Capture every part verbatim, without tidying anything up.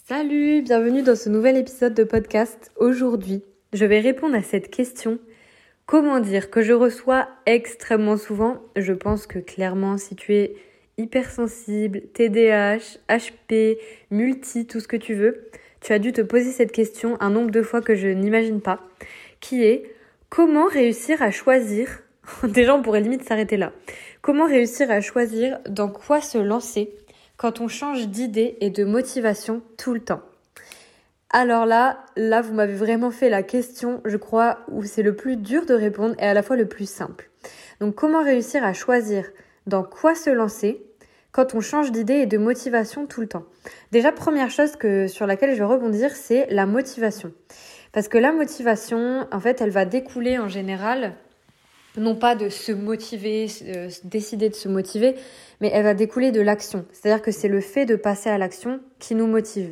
Salut, bienvenue dans ce nouvel épisode de podcast. Aujourd'hui, je vais répondre à cette question. Comment dire que je reçois extrêmement souvent? Je pense que clairement, si tu es hypersensible, T D A H, H P, multi, tout ce que tu veux, tu as dû te poser cette question un nombre de fois que je n'imagine pas, qui est comment réussir à choisir, déjà on pourrait limite s'arrêter là, comment réussir à choisir dans quoi se lancer quand on change d'idée et de motivation tout le temps. Alors là, là vous m'avez vraiment fait la question, je crois, où c'est le plus dur de répondre et à la fois le plus simple. Donc comment réussir à choisir dans quoi se lancer quand on change d'idée et de motivation tout le temps? Déjà, première chose que, sur laquelle je vais rebondir, c'est la motivation. Parce que la motivation, en fait, elle va découler en général, non pas de se motiver, euh, décider de se motiver, mais elle va découler de l'action. C'est-à-dire que c'est le fait de passer à l'action qui nous motive.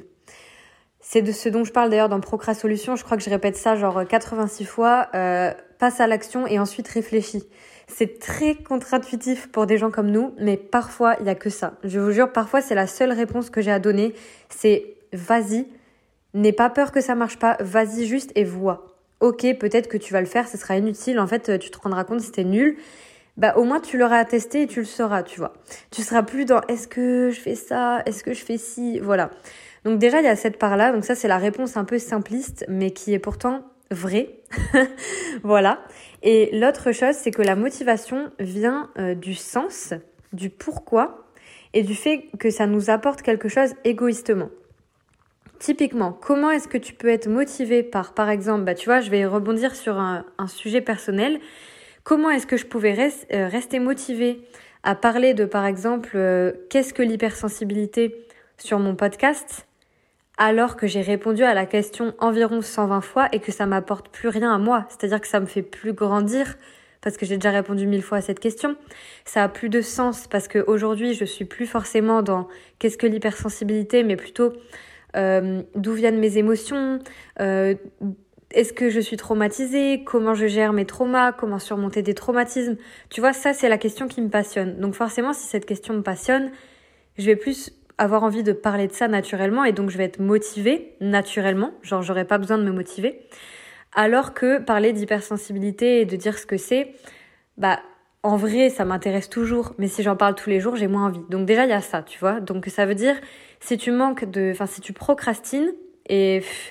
C'est de ce dont je parle d'ailleurs dans Procrasolution, je crois que je répète ça genre quatre-vingt-six fois, euh, passe à l'action et ensuite réfléchis. C'est très contre-intuitif pour des gens comme nous, mais parfois il n'y a que ça. Je vous jure, parfois c'est la seule réponse que j'ai à donner, c'est vas-y, n'aie pas peur que ça marche pas, vas-y juste et vois. Ok, peut-être que tu vas le faire, ce sera inutile, en fait tu te rendras compte si c'était nul. Bah au moins tu l'auras testé et tu le sauras, tu vois. Tu seras plus dans est-ce que je fais ça, est-ce que je fais ci, voilà. Donc déjà il y a cette part-là, donc ça c'est la réponse un peu simpliste, mais qui est pourtant vraie. Voilà. Et l'autre chose, c'est que la motivation vient euh, du sens, du pourquoi et du fait que ça nous apporte quelque chose égoïstement. Typiquement, comment est-ce que tu peux être motivé par, par exemple, bah tu vois, je vais rebondir sur un, un sujet personnel. Comment est-ce que je pouvais res- euh, rester motivée à parler de, par exemple, euh, qu'est-ce que l'hypersensibilité sur mon podcast, alors que j'ai répondu à la question environ cent vingt fois et que ça m'apporte plus rien à moi. C'est-à-dire que ça me fait plus grandir parce que j'ai déjà répondu mille fois à cette question. Ça a plus de sens parce qu'aujourd'hui, je suis plus forcément dans qu'est-ce que l'hypersensibilité, mais plutôt euh, d'où viennent mes émotions, euh, est-ce que je suis traumatisée, comment je gère mes traumas, comment surmonter des traumatismes. Tu vois, ça, c'est la question qui me passionne. Donc forcément, si cette question me passionne, je vais plus avoir envie de parler de ça naturellement et donc je vais être motivée naturellement, genre j'aurais pas besoin de me motiver. Alors que parler d'hypersensibilité et de dire ce que c'est, bah en vrai ça m'intéresse toujours, mais si j'en parle tous les jours j'ai moins envie. Donc déjà il y a ça, tu vois. Donc ça veut dire si tu manques de, enfin si tu procrastines et pff,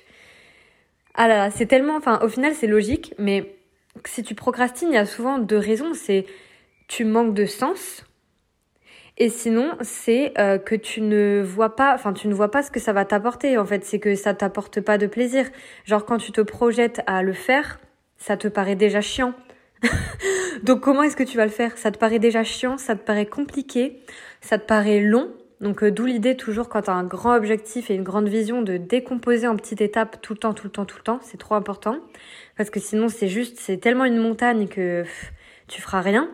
ah là là c'est tellement, enfin au final c'est logique, mais si tu procrastines il y a souvent deux raisons, c'est tu manques de sens. Et sinon, c'est euh, que tu ne vois pas, enfin tu ne vois pas ce que ça va t'apporter. En fait, c'est que ça t'apporte pas de plaisir. Genre quand tu te projettes à le faire, ça te paraît déjà chiant. Donc comment est-ce que tu vas le faire? Ça te paraît déjà chiant, ça te paraît compliqué, ça te paraît long. Donc euh, d'où l'idée toujours quand tu as un grand objectif et une grande vision de décomposer en petites étapes tout le temps, tout le temps, tout le temps. C'est trop important parce que sinon c'est juste, c'est tellement une montagne que pff, tu feras rien.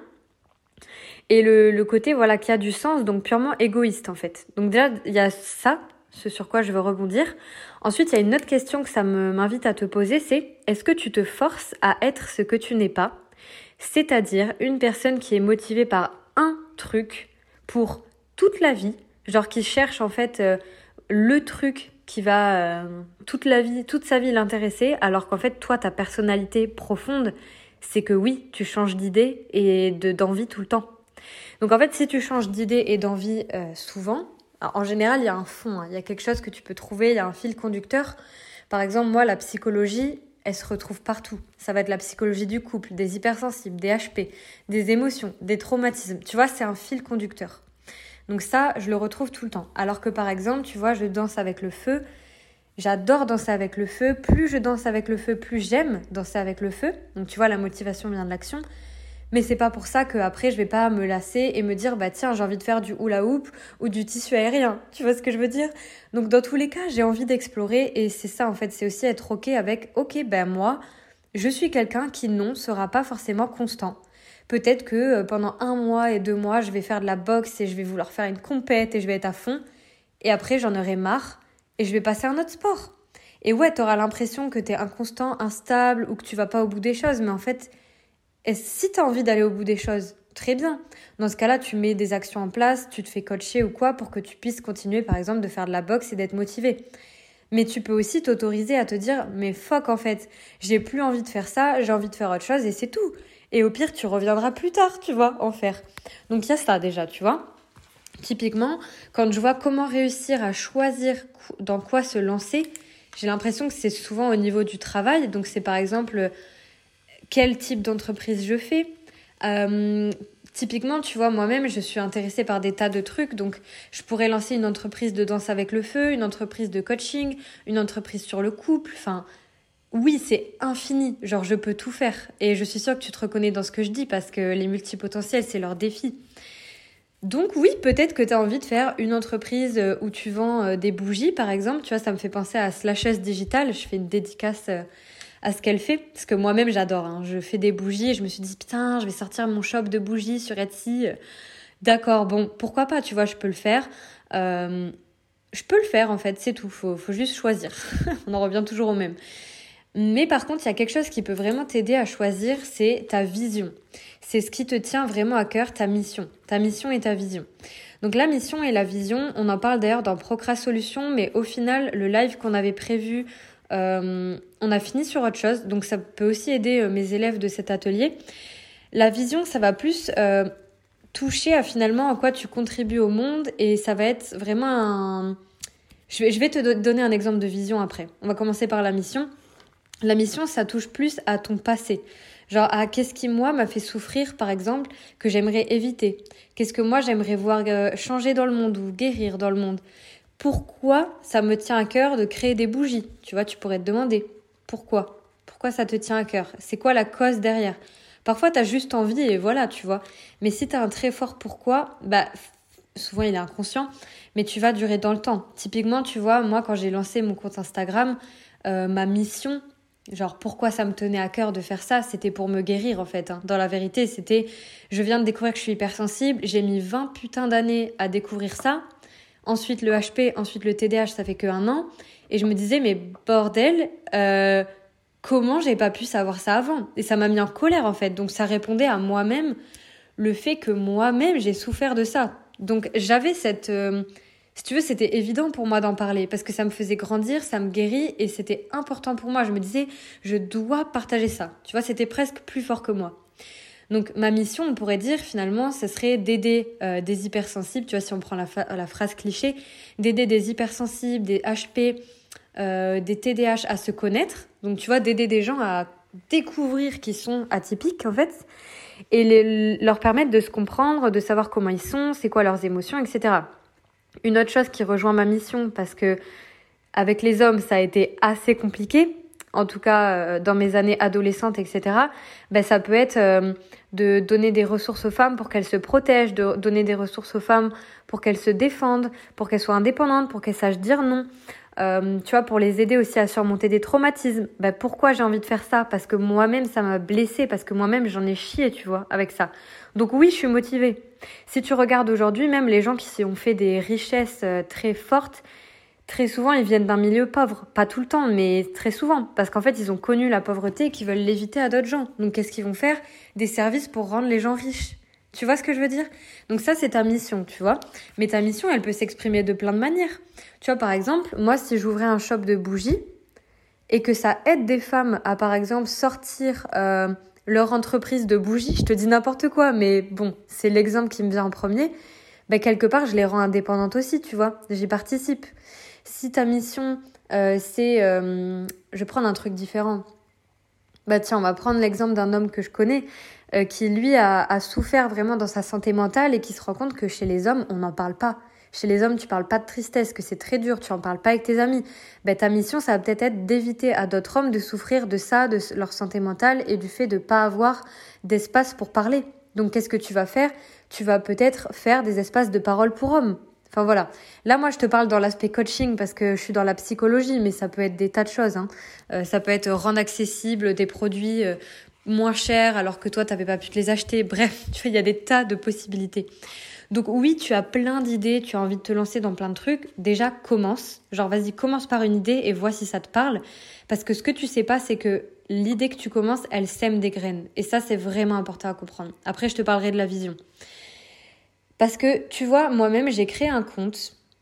Et le, le côté voilà qui a du sens, donc purement égoïste en fait. Donc déjà, il y a ça, ce sur quoi je veux rebondir. Ensuite, il y a une autre question que ça me, m'invite à te poser, c'est est-ce que tu te forces à être ce que tu n'es pas? C'est-à-dire une personne qui est motivée par un truc pour toute la vie, genre qui cherche en fait euh, le truc qui va euh, toute la vie, toute sa vie l'intéresser, alors qu'en fait, toi, ta personnalité profonde, c'est que oui, tu changes d'idée et de, d'envie tout le temps. Donc en fait, si tu changes d'idée et d'envie euh, souvent, en général, il y a un fond, hein, il y a quelque chose que tu peux trouver, il y a un fil conducteur. Par exemple, moi, la psychologie, elle se retrouve partout. Ça va être la psychologie du couple, des hypersensibles, des H P, des émotions, des traumatismes. Tu vois, c'est un fil conducteur. Donc ça, je le retrouve tout le temps. Alors que par exemple, tu vois, je danse avec le feu. J'adore danser avec le feu. Plus je danse avec le feu, plus j'aime danser avec le feu. Donc tu vois, la motivation vient de l'action. Mais c'est pas pour ça qu'après je vais pas me lasser et me dire bah tiens j'ai envie de faire du hula hoop ou du tissu aérien, tu vois ce que je veux dire? Donc dans tous les cas j'ai envie d'explorer et c'est ça en fait, c'est aussi être ok avec ok ben moi je suis quelqu'un qui non sera pas forcément constant. Peut-être que pendant un mois et deux mois je vais faire de la boxe et je vais vouloir faire une compète et je vais être à fond et après j'en aurai marre et je vais passer à un autre sport. Et ouais t'auras l'impression que t'es inconstant, instable ou que tu vas pas au bout des choses mais en fait et si tu as envie d'aller au bout des choses, très bien. Dans ce cas-là, tu mets des actions en place, tu te fais coacher ou quoi pour que tu puisses continuer, par exemple, de faire de la boxe et d'être motivé. Mais tu peux aussi t'autoriser à te dire, mais fuck en fait, j'ai plus envie de faire ça, j'ai envie de faire autre chose et c'est tout. Et au pire, tu reviendras plus tard, tu vois, en faire. Donc il y a ça déjà, tu vois. Typiquement, quand je vois comment réussir à choisir dans quoi se lancer, j'ai l'impression que c'est souvent au niveau du travail. Donc c'est par exemple, quel type d'entreprise je fais. Euh, typiquement, tu vois, moi-même, je suis intéressée par des tas de trucs. Donc, je pourrais lancer une entreprise de danse avec le feu, une entreprise de coaching, une entreprise sur le couple. Enfin, oui, c'est infini. Genre, je peux tout faire. Et je suis sûre que tu te reconnais dans ce que je dis parce que les multipotentiels, c'est leur défi. Donc oui, peut-être que tu as envie de faire une entreprise où tu vends des bougies, par exemple. Tu vois, ça me fait penser à Slashes Digital. Je fais une dédicace à ce qu'elle fait, parce que moi-même j'adore, hein. Je fais des bougies et je me suis dit putain, je vais sortir mon shop de bougies sur Etsy. D'accord, bon, pourquoi pas, tu vois, je peux le faire. Euh, je peux le faire en fait, c'est tout, faut, faut juste choisir. On en revient toujours au même. Mais par contre, il y a quelque chose qui peut vraiment t'aider à choisir, c'est ta vision. C'est ce qui te tient vraiment à cœur, ta mission. Ta mission et ta vision. Donc la mission et la vision, on en parle d'ailleurs dans Procra Solutions, mais au final, le live qu'on avait prévu, euh, on a fini sur autre chose. Donc ça peut aussi aider euh, mes élèves de cet atelier. La vision, ça va plus euh, toucher à finalement à quoi tu contribues au monde et ça va être vraiment un... Je vais, je vais te do- donner un exemple de vision après. On va commencer par la mission. La mission, ça touche plus à ton passé. Genre, à qu'est-ce qui, moi, m'a fait souffrir, par exemple, que j'aimerais éviter. Qu'est-ce que moi, j'aimerais voir euh, changer dans le monde ou guérir dans le monde. Pourquoi ça me tient à cœur de créer des bougies? Tu vois, tu pourrais te demander. Pourquoi? Pourquoi ça te tient à cœur? C'est quoi la cause derrière? Parfois, t'as juste envie et voilà, tu vois. Mais si t'as un très fort pourquoi, bah, souvent, il est inconscient, mais tu vas durer dans le temps. Typiquement, tu vois, moi, quand j'ai lancé mon compte Instagram, euh, ma mission... Genre, pourquoi ça me tenait à cœur de faire ça? C'était pour me guérir, en fait. Hein. Dans la vérité, c'était... Je viens de découvrir que je suis hypersensible. J'ai mis vingt putains d'années à découvrir ça. Ensuite, le H P, ensuite le T D A H, ça fait que un an. Et je me disais, mais bordel, euh, comment j'ai pas pu savoir ça avant? Et ça m'a mis en colère, en fait. Donc, ça répondait à moi-même, le fait que moi-même, j'ai souffert de ça. Donc, j'avais cette... Euh, Si tu veux, c'était évident pour moi d'en parler parce que ça me faisait grandir, ça me guérit et c'était important pour moi. Je me disais, je dois partager ça. Tu vois, c'était presque plus fort que moi. Donc, ma mission, on pourrait dire finalement, ce serait d'aider euh, des hypersensibles, tu vois, si on prend la, fa- la phrase cliché, d'aider des hypersensibles, des H P, euh, des T D A H à se connaître. Donc, tu vois, d'aider des gens à découvrir qu'ils sont atypiques, en fait, et les, leur permettre de se comprendre, de savoir comment ils sont, c'est quoi leurs émotions, et cetera. Une autre chose qui rejoint ma mission, parce que avec les hommes, ça a été assez compliqué, en tout cas euh, dans mes années adolescentes, et cetera, ben, ça peut être euh, de donner des ressources aux femmes pour qu'elles se protègent, de donner des ressources aux femmes pour qu'elles se défendent, pour qu'elles soient indépendantes, pour qu'elles sachent dire non. Euh, tu vois, pour les aider aussi à surmonter des traumatismes. Ben, pourquoi j'ai envie de faire ça? Parce que moi-même, ça m'a blessée, parce que moi-même, j'en ai chié, tu vois, avec ça. Donc oui, je suis motivée. Si tu regardes aujourd'hui, même les gens qui ont fait des richesses très fortes, très souvent, ils viennent d'un milieu pauvre. Pas tout le temps, mais très souvent. Parce qu'en fait, ils ont connu la pauvreté et qu'ils veulent l'éviter à d'autres gens. Donc, qu'est-ce qu'ils vont faire? Des services pour rendre les gens riches. Tu vois ce que je veux dire? Donc ça, c'est ta mission, tu vois. Mais ta mission, elle peut s'exprimer de plein de manières. Tu vois, par exemple, moi, si j'ouvrais un shop de bougies et que ça aide des femmes à, par exemple, sortir... Euh, leur entreprise de bougies, je te dis n'importe quoi, mais bon, c'est l'exemple qui me vient en premier, ben quelque part, je les rends indépendantes aussi, tu vois, j'y participe. Si ta mission, euh, c'est... Euh, je vais prendre un truc différent. Bah tiens, on va prendre l'exemple d'un homme que je connais, euh, qui lui a, a souffert vraiment dans sa santé mentale et qui se rend compte que chez les hommes, on n'en parle pas. Chez les hommes, tu parles pas de tristesse, que c'est très dur, tu en parles pas avec tes amis. Ben, ta mission, ça va peut-être être d'éviter à d'autres hommes de souffrir de ça, de leur santé mentale et du fait de pas avoir d'espace pour parler. Donc, qu'est-ce que tu vas faire? Tu vas peut-être faire des espaces de parole pour hommes. Enfin, voilà. Là, moi, je te parle dans l'aspect coaching parce que je suis dans la psychologie, mais ça peut être des tas de choses, hein. Euh, ça peut être rendre accessible des produits euh, moins chers alors que toi, t'avais pas pu te les acheter. Bref, tu vois, il y a des tas de possibilités. Donc oui, tu as plein d'idées, tu as envie de te lancer dans plein de trucs. Déjà, commence. Genre, vas-y, commence par une idée et vois si ça te parle. Parce que ce que tu sais pas, c'est que l'idée que tu commences, elle sème des graines. Et ça, c'est vraiment important à comprendre. Après, je te parlerai de la vision. Parce que, tu vois, moi-même, j'ai créé un compte.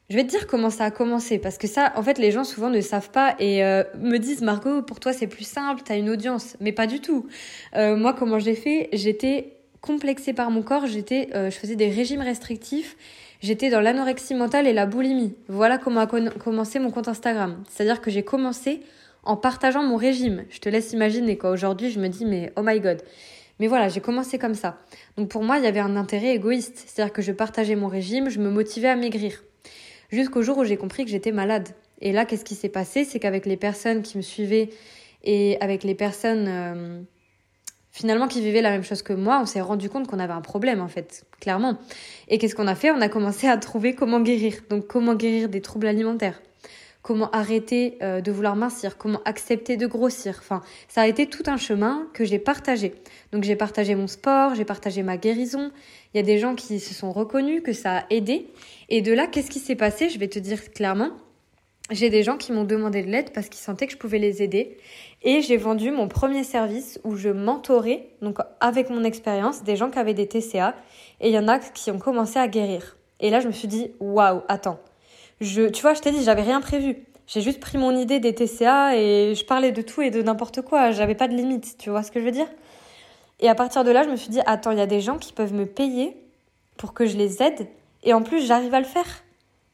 Je vais te dire comment ça a commencé, parce que ça, en fait, les gens souvent ne savent pas et euh, me disent « Margot, pour toi, c'est plus simple, t'as une audience. » Mais pas du tout. Euh, moi, comment j'ai fait ? J'étais complexée par mon corps, j'étais, euh, je faisais des régimes restrictifs, j'étais dans l'anorexie mentale et la boulimie. Voilà comment a con- commencé mon compte Instagram. C'est-à-dire que j'ai commencé en partageant mon régime. Je te laisse imaginer, quoi. Aujourd'hui, je me dis « Mais oh my God !» Mais voilà, j'ai commencé comme ça. Donc pour moi, il y avait un intérêt égoïste. C'est-à-dire que je partageais mon régime, je me motivais à maigrir. Jusqu'au jour où j'ai compris que j'étais malade. Et là, qu'est-ce qui s'est passé ? C'est qu'avec les personnes qui me suivaient et avec les personnes euh, finalement qui vivaient la même chose que moi, on s'est rendu compte qu'on avait un problème en fait, clairement. Et qu'est-ce qu'on a fait ? On a commencé à trouver comment guérir. Donc comment guérir des troubles alimentaires ? Comment arrêter euh, de vouloir mincir, comment accepter de grossir. Enfin, ça a été tout un chemin que j'ai partagé. Donc j'ai partagé mon sport, j'ai partagé ma guérison. Il y a des gens qui se sont reconnus, que ça a aidé. Et de là, qu'est-ce qui s'est passé ? Je vais te dire clairement. J'ai des gens qui m'ont demandé de l'aide parce qu'ils sentaient que je pouvais les aider. Et j'ai vendu mon premier service où je mentorais, donc avec mon expérience, des gens qui avaient des T C A. Et il y en a qui ont commencé à guérir. Et là, je me suis dit, waouh, attends. Je, tu vois, je t'ai dit, j'avais rien prévu. J'ai juste pris mon idée des T C A et je parlais de tout et de n'importe quoi. J'avais pas de limite, tu vois ce que je veux dire ? Et à partir de là, je me suis dit, attends, il y a des gens qui peuvent me payer pour que je les aide et en plus, j'arrive à le faire.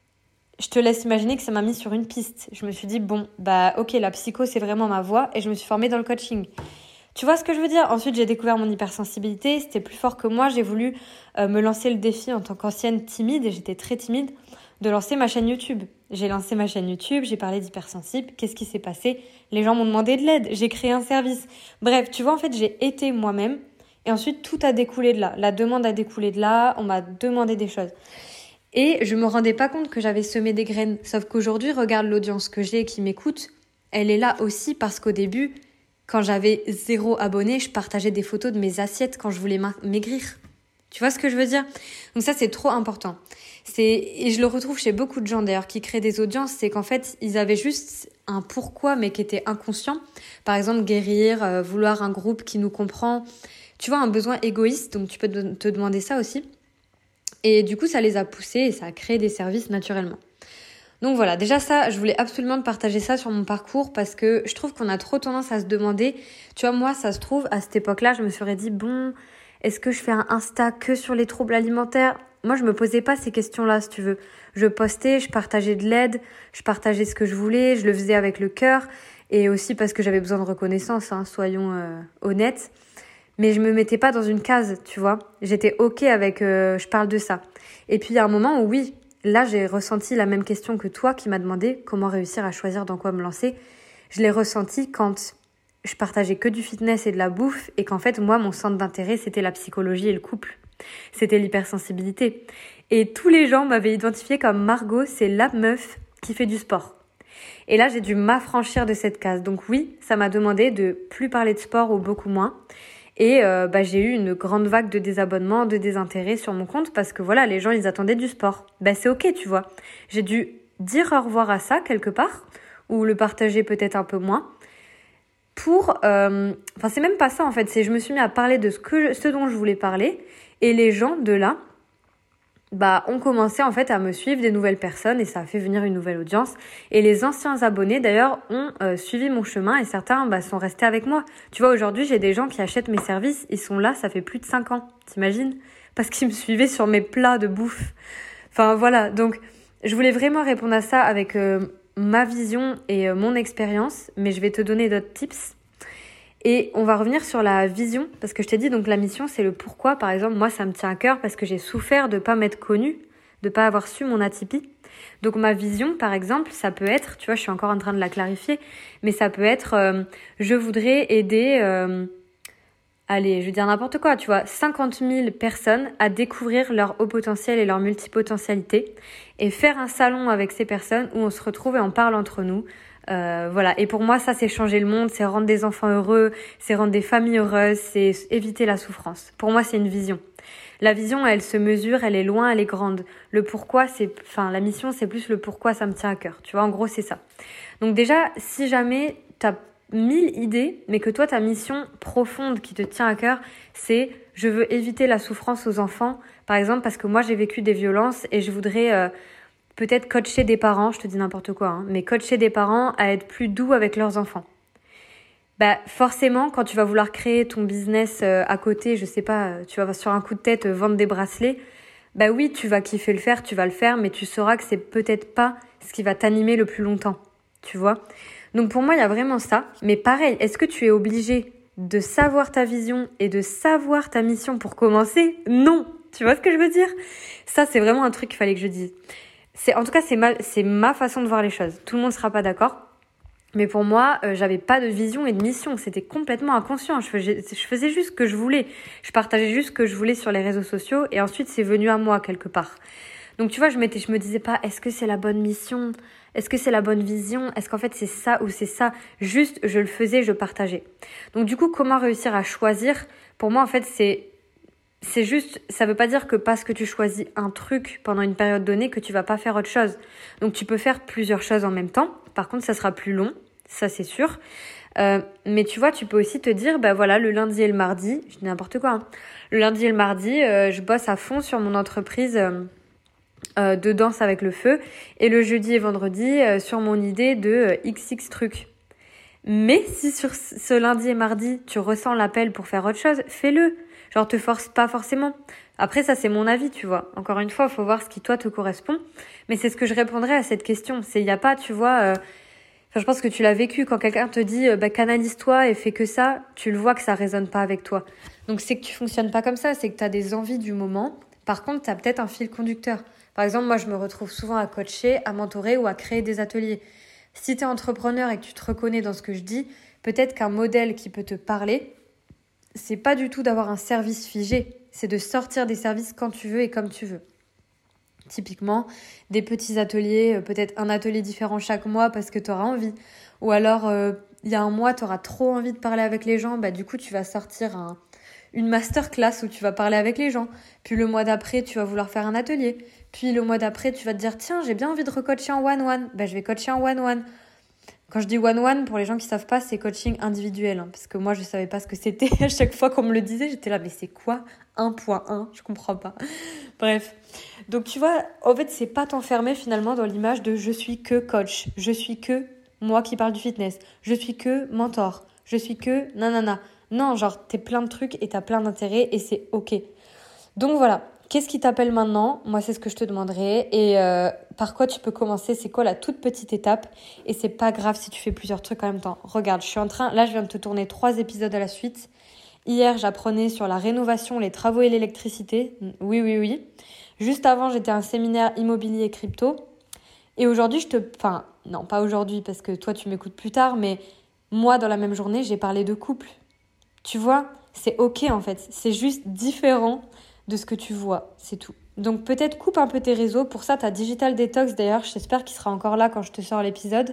Je te laisse imaginer que ça m'a mis sur une piste. Je me suis dit, bon, bah ok, la psycho, c'est vraiment ma voie et je me suis formée dans le coaching. Tu vois ce que je veux dire ? Ensuite, j'ai découvert mon hypersensibilité. C'était plus fort que moi. J'ai voulu euh, me lancer le défi en tant qu'ancienne timide et j'étais très timide de lancer ma chaîne YouTube. J'ai lancé ma chaîne YouTube, j'ai parlé d'hypersensible. Qu'est-ce qui s'est passé ? Les gens m'ont demandé de l'aide, j'ai créé un service. Bref, tu vois, en fait, j'ai été moi-même et ensuite, tout a découlé de là. La demande a découlé de là, on m'a demandé des choses. Et je me rendais pas compte que j'avais semé des graines. Sauf qu'aujourd'hui, regarde l'audience que j'ai qui m'écoute. Elle est là aussi parce qu'au début, quand j'avais zéro abonné, je partageais des photos de mes assiettes quand je voulais ma- maigrir. Tu vois ce que je veux dire ? Donc ça, c'est trop important. C'est, et je le retrouve chez beaucoup de gens d'ailleurs qui créent des audiences, c'est qu'en fait, ils avaient juste un pourquoi mais qui était inconscient. Par exemple, guérir, euh, vouloir un groupe qui nous comprend. Tu vois, un besoin égoïste, donc tu peux te, te demander ça aussi. Et du coup, ça les a poussés et ça a créé des services naturellement. Donc voilà, déjà ça, je voulais absolument te partager ça sur mon parcours parce que je trouve qu'on a trop tendance à se demander, tu vois, moi, ça se trouve, à cette époque-là, je me serais dit, bon, est-ce que je fais un Insta que sur les troubles alimentaires ? Moi, je me posais pas ces questions-là, si tu veux. Je postais, je partageais de l'aide, je partageais ce que je voulais, je le faisais avec le cœur et aussi parce que j'avais besoin de reconnaissance, hein, soyons euh, honnêtes. Mais je me mettais pas dans une case, tu vois. J'étais OK avec euh, je parle de ça. Et puis il y a un moment où oui, là j'ai ressenti la même question que toi qui m'a demandé comment réussir à choisir dans quoi me lancer. Je l'ai ressenti quand je partageais que du fitness et de la bouffe et qu'en fait moi mon centre d'intérêt c'était la psychologie et le couple. C'était l'hypersensibilité. Et tous les gens m'avaient identifié comme Margot, c'est la meuf qui fait du sport. Et là j'ai dû m'affranchir de cette case. Donc oui, ça m'a demandé de plus parler de sport ou beaucoup moins. Et euh, bah, j'ai eu une grande vague de désabonnements, de désintérêt sur mon compte parce que voilà, les gens, ils attendaient du sport. Bah, c'est OK, tu vois. J'ai dû dire au revoir à ça quelque part ou le partager peut-être un peu moins pour... Euh... Enfin, c'est même pas ça en fait. C'est je me suis mis à parler de ce, que je... ce dont je voulais parler et les gens de là bah, ont commencé en fait à me suivre, des nouvelles personnes et ça a fait venir une nouvelle audience. Et les anciens abonnés d'ailleurs ont euh, suivi mon chemin et certains bah, sont restés avec moi. Tu vois, aujourd'hui j'ai des gens qui achètent mes services, ils sont là, ça fait plus de cinq ans, t'imagines ? Parce qu'ils me suivaient sur mes plats de bouffe. Enfin voilà, donc je voulais vraiment répondre à ça avec euh, ma vision et euh, mon expérience, mais je vais te donner d'autres tips. Et on va revenir sur la vision, parce que je t'ai dit, donc la mission, c'est le pourquoi. Par exemple, moi, ça me tient à cœur parce que j'ai souffert de pas m'être connue, de pas avoir su mon atypie. Donc ma vision, par exemple, ça peut être, tu vois, je suis encore en train de la clarifier, mais ça peut être, euh, je voudrais aider, euh, allez, je vais dire n'importe quoi, tu vois, cinquante mille personnes à découvrir leur haut potentiel et leur multipotentialité et faire un salon avec ces personnes où on se retrouve et on parle entre nous. Euh, voilà. Et pour moi, ça, c'est changer le monde, c'est rendre des enfants heureux, c'est rendre des familles heureuses, c'est éviter la souffrance. Pour moi, c'est une vision. La vision, elle se mesure, elle est loin, elle est grande. Le pourquoi, c'est, enfin, la mission, c'est plus le pourquoi ça me tient à cœur. Tu vois, en gros, c'est ça. Donc déjà, si jamais t'as mille idées, mais que toi, ta mission profonde qui te tient à cœur, c'est je veux éviter la souffrance aux enfants, par exemple, parce que moi, j'ai vécu des violences et je voudrais... Euh, peut-être coacher des parents, je te dis n'importe quoi, hein, mais coacher des parents à être plus doux avec leurs enfants. Bah forcément, quand tu vas vouloir créer ton business euh, à côté, je sais pas, tu vas sur un coup de tête euh, vendre des bracelets, bah oui, tu vas kiffer le faire, tu vas le faire, mais tu sauras que c'est peut-être pas ce qui va t'animer le plus longtemps, tu vois. Donc pour moi, il y a vraiment ça. Mais pareil, est-ce que tu es obligé de savoir ta vision et de savoir ta mission pour commencer ? Non, tu vois ce que je veux dire ? Ça, c'est vraiment un truc qu'il fallait que je dise. C'est, en tout cas, c'est ma, c'est ma façon de voir les choses. Tout le monde sera pas d'accord. Mais pour moi, euh, j'avais pas de vision et de mission. C'était complètement inconscient. Je faisais, je faisais juste ce que je voulais. Je partageais juste ce que je voulais sur les réseaux sociaux. Et ensuite, c'est venu à moi quelque part. Donc, tu vois, je m'étais, je me disais pas, est-ce que c'est la bonne mission ? Est-ce que c'est la bonne vision ? Est-ce qu'en fait, c'est ça ou c'est ça ? Juste, je le faisais, je partageais. Donc, du coup, comment réussir à choisir ? Pour moi, en fait, c'est... C'est juste, ça veut pas dire que parce que tu choisis un truc pendant une période donnée que tu vas pas faire autre chose. Donc tu peux faire plusieurs choses en même temps. Par contre, ça sera plus long, ça c'est sûr. Euh, mais tu vois, tu peux aussi te dire, bah voilà, le lundi et le mardi, je dis n'importe quoi. Hein. Le lundi et le mardi, euh, je bosse à fond sur mon entreprise euh, euh, de danse avec le feu. Et le jeudi et vendredi, euh, sur mon idée de euh, X X trucs. Mais si sur ce lundi et mardi, tu ressens l'appel pour faire autre chose, fais-le. Genre, te force pas forcément. Après, ça, c'est mon avis, tu vois. Encore une fois, il faut voir ce qui, toi, te correspond. Mais c'est ce que je répondrais à cette question. C'est, il n'y a pas, tu vois... Euh... Enfin, je pense que tu l'as vécu. Quand quelqu'un te dit, euh, bah, canalise-toi et fais que ça, tu le vois que ça résonne pas avec toi. Donc, c'est que tu fonctionnes pas comme ça. C'est que tu as des envies du moment. Par contre, tu as peut-être un fil conducteur. Par exemple, moi, je me retrouve souvent à coacher, à mentorer ou à créer des ateliers. Si tu es entrepreneur et que tu te reconnais dans ce que je dis, peut-être qu'un modèle qui peut te parler, c'est pas du tout d'avoir un service figé, c'est de sortir des services quand tu veux et comme tu veux. Typiquement, des petits ateliers, peut-être un atelier différent chaque mois parce que tu auras envie. Ou alors, euh, il y a un mois, tu auras trop envie de parler avec les gens, bah du coup, tu vas sortir un, une masterclass où tu vas parler avec les gens. Puis le mois d'après, tu vas vouloir faire un atelier. Puis le mois d'après, tu vas te dire, tiens, j'ai bien envie de recoacher en one-one. Bah, je vais coacher en one-one. Quand je dis one-one, pour les gens qui savent pas, c'est coaching individuel. Hein, parce que moi, je savais pas ce que c'était. À chaque fois qu'on me le disait, j'étais là, mais c'est quoi un point un ? Je comprends pas. Bref. Donc, tu vois, en fait, c'est pas t'enfermer finalement dans l'image de je suis que coach. Je suis que moi qui parle du fitness. Je suis que mentor. Je suis que nanana. Non, genre, t'es plein de trucs et t'as plein d'intérêts et c'est ok. Donc voilà. Qu'est-ce qui t'appelle maintenant ? Moi, c'est ce que je te demanderai. Et euh, par quoi tu peux commencer ? C'est quoi la toute petite étape ? Et c'est pas grave si tu fais plusieurs trucs en même temps. Regarde, je suis en train... Là, je viens de te tourner trois épisodes à la suite. Hier, j'apprenais sur la rénovation, les travaux et l'électricité. Oui, oui, oui. Juste avant, j'étais à un séminaire immobilier et crypto. Et aujourd'hui, je te... Enfin, non, pas aujourd'hui parce que toi, tu m'écoutes plus tard. Mais moi, dans la même journée, j'ai parlé de couple. Tu vois ? C'est ok, en fait. C'est juste différent de ce que tu vois, c'est tout. Donc peut-être coupe un peu tes réseaux. Pour ça, tu as Digital Detox d'ailleurs. J'espère qu'il sera encore là quand je te sors l'épisode.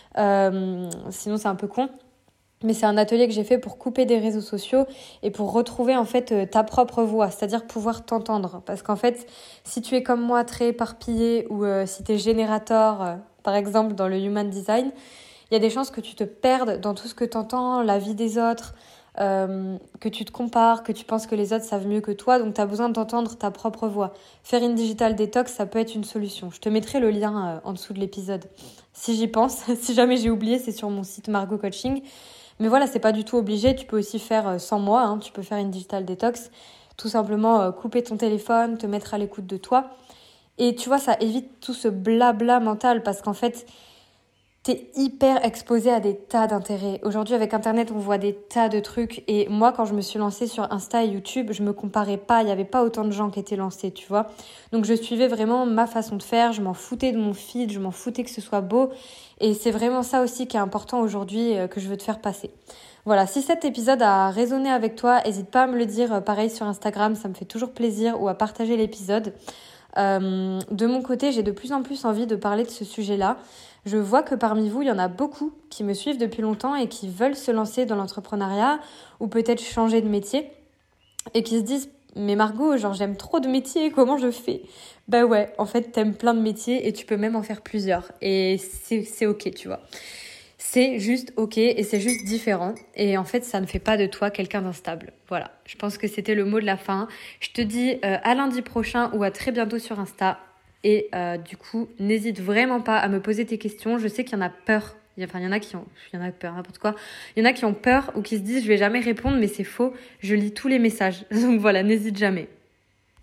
Euh, sinon, c'est un peu con. Mais c'est un atelier que j'ai fait pour couper des réseaux sociaux et pour retrouver en fait ta propre voix, c'est-à-dire pouvoir t'entendre. Parce qu'en fait, si tu es comme moi très éparpillé ou euh, si tu es générateur, euh, par exemple dans le Human Design, il y a des chances que tu te perdes dans tout ce que tu entends, la vie des autres, Euh, que tu te compares, que tu penses que les autres savent mieux que toi, donc tu as besoin d'entendre ta propre voix. Faire une digital detox, ça peut être une solution. Je te mettrai le lien euh, en dessous de l'épisode. Si j'y pense, si jamais j'ai oublié, c'est sur mon site Margot Coaching. Mais voilà, c'est pas du tout obligé, tu peux aussi faire euh, sans moi, hein, tu peux faire une digital detox, tout simplement euh, couper ton téléphone, te mettre à l'écoute de toi. Et tu vois, ça évite tout ce blabla mental parce qu'en fait, t'es hyper exposé à des tas d'intérêts. Aujourd'hui, avec Internet, on voit des tas de trucs. Et moi, quand je me suis lancée sur Insta et YouTube, je me comparais pas. Il n'y avait pas autant de gens qui étaient lancés, tu vois. Donc, je suivais vraiment ma façon de faire. Je m'en foutais de mon feed. Je m'en foutais que ce soit beau. Et c'est vraiment ça aussi qui est important aujourd'hui euh, que je veux te faire passer. Voilà, si cet épisode a résonné avec toi, n'hésite pas à me le dire. Euh, pareil sur Instagram, ça me fait toujours plaisir. Ou à partager l'épisode. Euh, de mon côté, j'ai de plus en plus envie de parler de ce sujet-là. Je vois que parmi vous, il y en a beaucoup qui me suivent depuis longtemps et qui veulent se lancer dans l'entrepreneuriat ou peut-être changer de métier et qui se disent « Mais Margot, genre j'aime trop de métiers, comment je fais ?» Bah ouais, en fait, t'aimes plein de métiers et tu peux même en faire plusieurs et c'est, c'est ok, tu vois. C'est juste ok et c'est juste différent et en fait, ça ne fait pas de toi quelqu'un d'instable. Voilà, je pense que c'était le mot de la fin. Je te dis euh, à lundi prochain ou à très bientôt sur Insta. Et euh, du coup, n'hésite vraiment pas à me poser tes questions. Je sais qu'il y en a peur. Enfin, il y en a qui ont, il y en a peur, n'importe quoi. Il y en a qui ont peur ou qui se disent, je vais jamais répondre, mais c'est faux. Je lis tous les messages. Donc voilà, n'hésite jamais.